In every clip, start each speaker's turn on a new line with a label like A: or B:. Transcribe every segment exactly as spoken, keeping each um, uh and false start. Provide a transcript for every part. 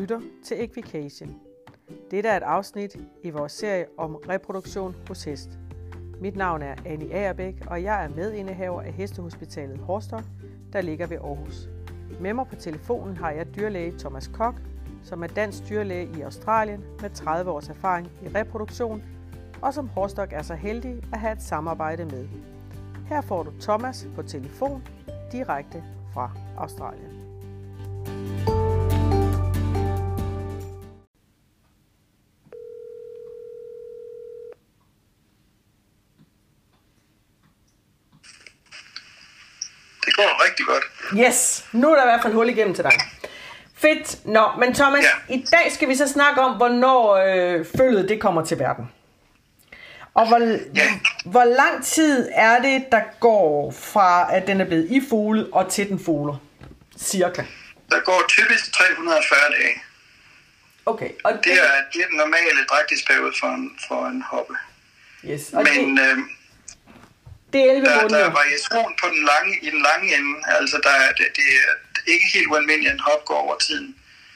A: lytter til Equication. Dette er et afsnit i vores serie om reproduktion hos hest. Mit navn er Annie Agerbæk, og jeg er medindehaver af Hestehospitalet Hårstok, der ligger ved Aarhus. Med mig på telefonen har jeg dyrlæge Thomas Koch, som er dansk dyrlæge i Australien med tredive års erfaring i reproduktion, og som Hårstok er så heldig at have et samarbejde med. Her får du Thomas på telefon direkte fra Australien.
B: Det går rigtig godt.
A: Yes, nu er der i hvert fald hul igennem til dig. Fedt. Nå, men Thomas, ja. I dag skal vi så snakke om, hvornår øh, følget det kommer til verden. Og hvor, ja. hvor lang tid er det, der går fra, at den er blevet ifuglet og til den fugler? Cirka.
B: Der går typisk tre hundrede og fyrre dage.
A: Okay. Og det,
B: det, er, det er den normale drægtighedsperiode for en, for en hoppe.
A: Yes.
B: Men
A: det,
B: øh,
A: det er elleve
B: der,
A: måneder.
B: der er variation på den lange, i den lange ende. Altså, der er, det, det er ikke helt ualmindeligt, at en hop går over tiden.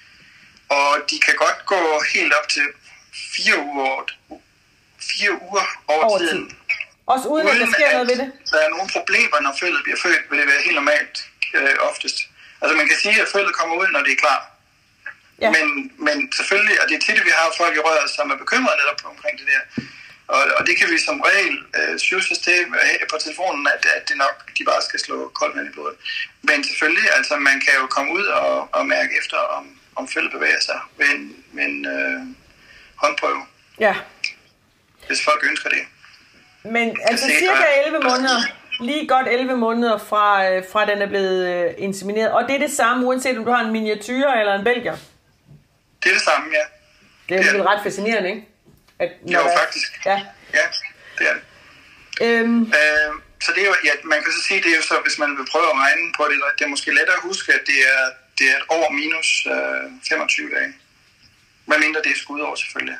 B: Og de kan godt gå helt op til fire uger, fire uger over, over tiden. Tid.
A: Også uden, uden at der sker noget ved det?
B: Der er nogle problemer, når følget bliver født, vil det være helt normalt øh, oftest. Altså man kan sige, at følget kommer ud, når det er klar. Ja. Men, men selvfølgelig, og det er tit, vi har folk i røret, som er bekymrede netop omkring det der. Og, og det kan vi som regel øh, synes til på telefonen, at, at det nok, de bare skal slå koldt vand i blodet. Men selvfølgelig, altså man kan jo komme ud og, og mærke efter, om, om følget bevæger sig ved en, ved en øh, håndprøve.
A: Ja.
B: Hvis folk ønsker det.
A: Men altså cirka elleve måneder, lige godt elleve måneder fra, øh, fra den er blevet øh, insemineret. Og det er det samme, uanset om du har en miniature eller en belgier?
B: Det er det samme, ja.
A: Det er jo vel ret fascinerende, ikke?
B: At, jo, er, faktisk.
A: Ja.
B: Ja, det er det. Øhm. Øh, så det er jo, ja, man kan så sige, det er jo så, hvis man vil prøve at regne på det, det er måske lettere at huske, at det er, det er et år minus øh, femogtyve dage. Hvad mindre det er skudår, selvfølgelig.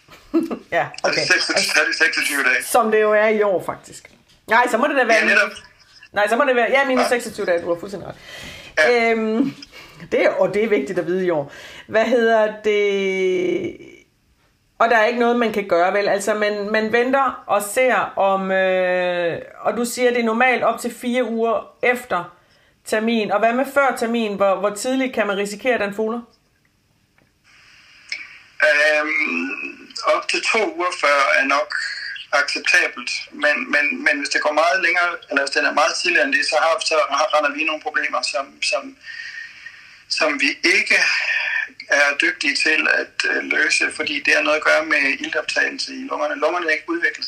A: Ja, okay.
B: Altså, så er det seksogtyve dage.
A: Som det jo er i år, faktisk. Nej, så må det da være...
B: Ja, netop.
A: Nej, så må det være... Ja, minus ja. seksogtyve dage, du har fuldstændig ret. Ja. Øhm, det er, og det er vigtigt at vide i år. Hvad hedder det... Og der er ikke noget, man kan gøre, vel? Altså, man, man venter og ser om... Øh, og du siger, det er normalt op til fire uger efter termin. Og hvad med før termin? Hvor, hvor tidligt kan man risikere, at den fugler?
B: Øhm, op til to uger før er nok acceptabelt. Men, men, men hvis det går meget længere, eller hvis den er meget tidligere end det, så, har, så render vi nogle problemer, som, som, som vi ikke er dygtige til at øh, løse, fordi det har noget at gøre med iltoptagelse i lungerne. Lungerne er ikke udviklet,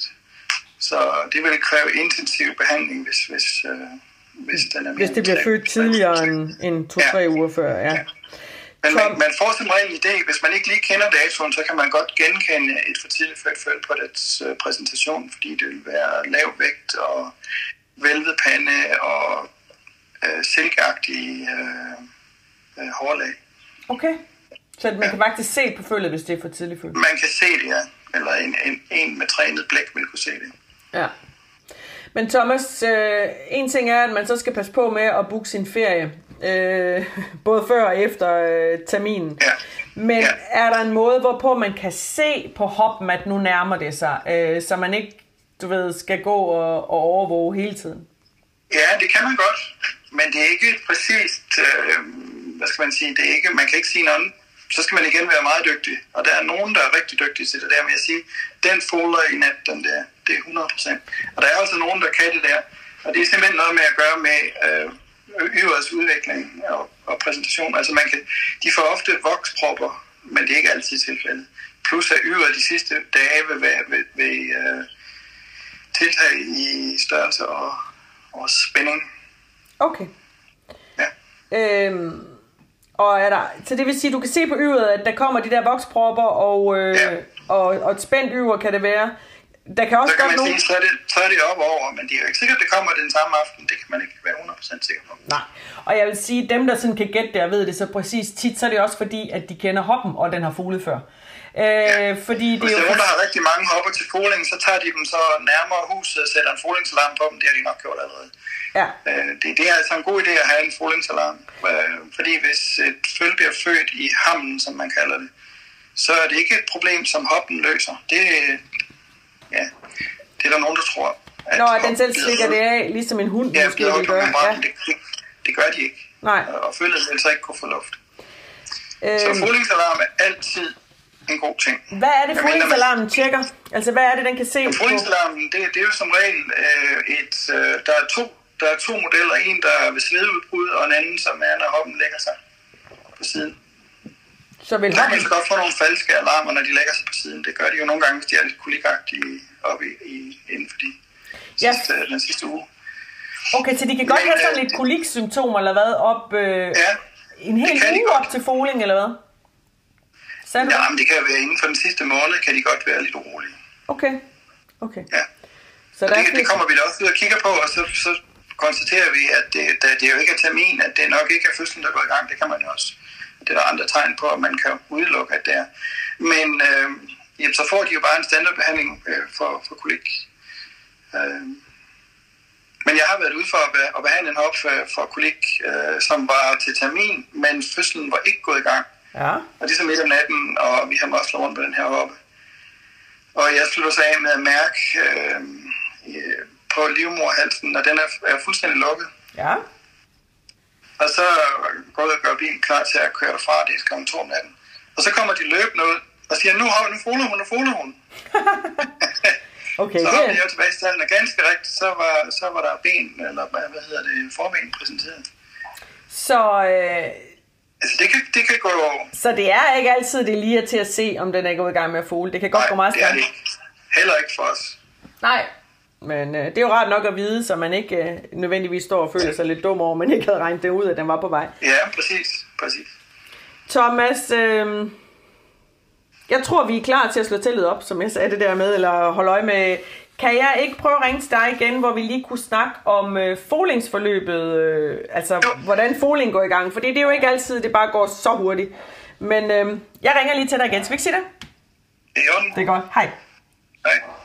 B: så det vil kræve intensiv behandling, hvis, hvis, øh, hvis den er...
A: Hvis det bliver født tidligere end, end to-tre ja. uger før, ja. ja.
B: Men man, man får som regel en idé, hvis man ikke lige kender datoen, så kan man godt genkende et for tidligt født føl på dets øh, præsentation, fordi det vil være lav vægt og vælvet pande og øh, silkeagtige øh, øh, hårlag.
A: Okay. Så man kan faktisk se på følget, hvis det er for tidligt født?
B: Man kan se det, ja. Eller en, en, en med trænet blæk vil kunne se det.
A: Ja. Men Thomas, øh, en ting er, at man så skal passe på med at booke sin ferie. Øh, både før og efter øh, terminen.
B: Ja.
A: Men
B: ja.
A: er der en måde, hvorpå man kan se på hoppen, at nu nærmer det sig, øh, så man ikke, du ved, skal gå og, og overvåge hele tiden?
B: Ja, det kan man godt. Men det er ikke præcist, øh, hvad skal man sige, det er ikke, man kan ikke sige noget. Så skal man igen være meget dygtig. Og der er nogen, der er rigtig dygtige til det der med at sige, den folder i nat, den der, det er hundrede procent. Og der er også nogen, der kan det der. Og det er simpelthen noget med at gøre med øh, yvrets udvikling og, og præsentation. Altså man kan, de får ofte vokspropper, men det er ikke altid tilfældet. Plus at yveret de sidste dage vil, vil, vil, vil øh, tiltage i størrelse og, og spænding.
A: Okay.
B: Ja.
A: Øhm. Og er der, så det vil sige, at du kan se på yveret, at der kommer de der vokspropper, og, øh,
B: ja.
A: og, og et spændt yver kan det være. Der kan også
B: så kan man
A: nogen...
B: sige, så er, det, så er det op over, men det er jo ikke sikkert, at det kommer den samme aften. Det kan man ikke være hundrede procent sikker på.
A: Nej, og jeg vil sige, dem der sådan kan gætte det og ved det så præcis tit, så er det også fordi, at de kender hoppen, og den har fuglet før. Øh, fordi det
B: Hvis
A: er
B: der
A: jo...
B: er nogen, der har rigtig mange hopper til foling, så tager de dem så nærmere huset og sætter en folingsalarm på dem. Det har de nok gjort allerede.
A: Ja.
B: Øh, det, det er altså en god idé at have en folingsalarm. Øh, fordi hvis et føl bliver født i hammen, som man kalder det, så er det ikke et problem, som hoppen løser. Det, ja, det er der nogen, der tror. At
A: Nå, at den selv slikker det af, ligesom en hund
B: ja,
A: måske vil gøre.
B: Ja, det, det, det gør de ikke.
A: Nej.
B: Og følget vil så ikke kunne få luft.
A: Øhm.
B: Så folingsalarm er altid en god ting.
A: Hvad er det, folingsalarmen tjekker? Altså, hvad er det, den kan se på?
B: Folingsalarmen, det, det er jo som regel øh, et... Øh, der, er to, der er to modeller. En, der er ved svedudbrud, og en anden, som er, når hoppen lægger sig på siden.
A: Så vil
B: der kan man så godt få nogle falske alarmer, når de lægger sig på siden. Det gør de jo nogle gange, hvis de er lidt kolikagtige oppe i, i, inden for de sidste, yes. den sidste uge.
A: Okay, så de kan godt men, have sådan lidt koliksymptomer, eller hvad, op øh,
B: ja,
A: en hel uge op til foling, eller hvad?
B: Ja, men det kan være inden for den sidste måned, kan de godt være lidt urolige.
A: Okay, okay.
B: Ja,
A: så
B: det, det kommer vi da også ud og kigger på, og så, så konstaterer vi, at det, da det jo ikke er termin, at det nok ikke er fødslen, der går i gang. Det kan man jo også. Det er der andre tegn på, at man kan udelukke, at det er. Men øh, jamen, så får de jo bare en standardbehandling øh, for, for kolik. Øh, men jeg har været ude for at, at behandle en hop for, for kolik, øh, som var til termin, men fødslen var ikke gået i gang.
A: Ja.
B: Og det er så midt om natten, og vi har mosler rundt på den her hoppe. Og jeg slutter sig af med at mærke øh, på livmorhalsen, og den er, er fuldstændig lukket.
A: Ja.
B: Og så går jeg og gør bilen klar til at køre derfra, det er klokken to om natten. Og så kommer de løbende ud og siger, nu, nu foler hun, nu foler hun.
A: Okay,
B: så
A: det...
B: har vi jo tilbage til tallene. Ganske rigtigt, så var, så var der ben, eller hvad, hvad hedder det, forben præsenteret.
A: Så... Øh...
B: Altså, det kan, det kan gå...
A: Så det er ikke altid, det lige er til at se, om den er gået i gang med at fole. Det kan godt
B: Nej,
A: gå meget
B: stærkt. Nej, det er det ikke. Heller ikke for os.
A: Nej, men øh, det er jo rart nok at vide, så man ikke øh, nødvendigvis står og føler sig lidt dum over, men ikke havde regnet det ud, at den var på vej.
B: Ja, præcis. præcis.
A: Thomas, øh, jeg tror, vi er klar til at slå tællet op, som jeg sagde det der med, eller holde øje med... Kan jeg ikke prøve at ringe til dig igen, hvor vi lige kunne snakke om øh, folingsforløbet, øh, altså jo. hvordan foling går i gang? Fordi det er jo ikke altid, det bare går så hurtigt. Men øh, jeg ringer lige til dig igen, så vi ikke sige det?
B: Det er jo.
A: Det er godt. Hej.
B: Hej.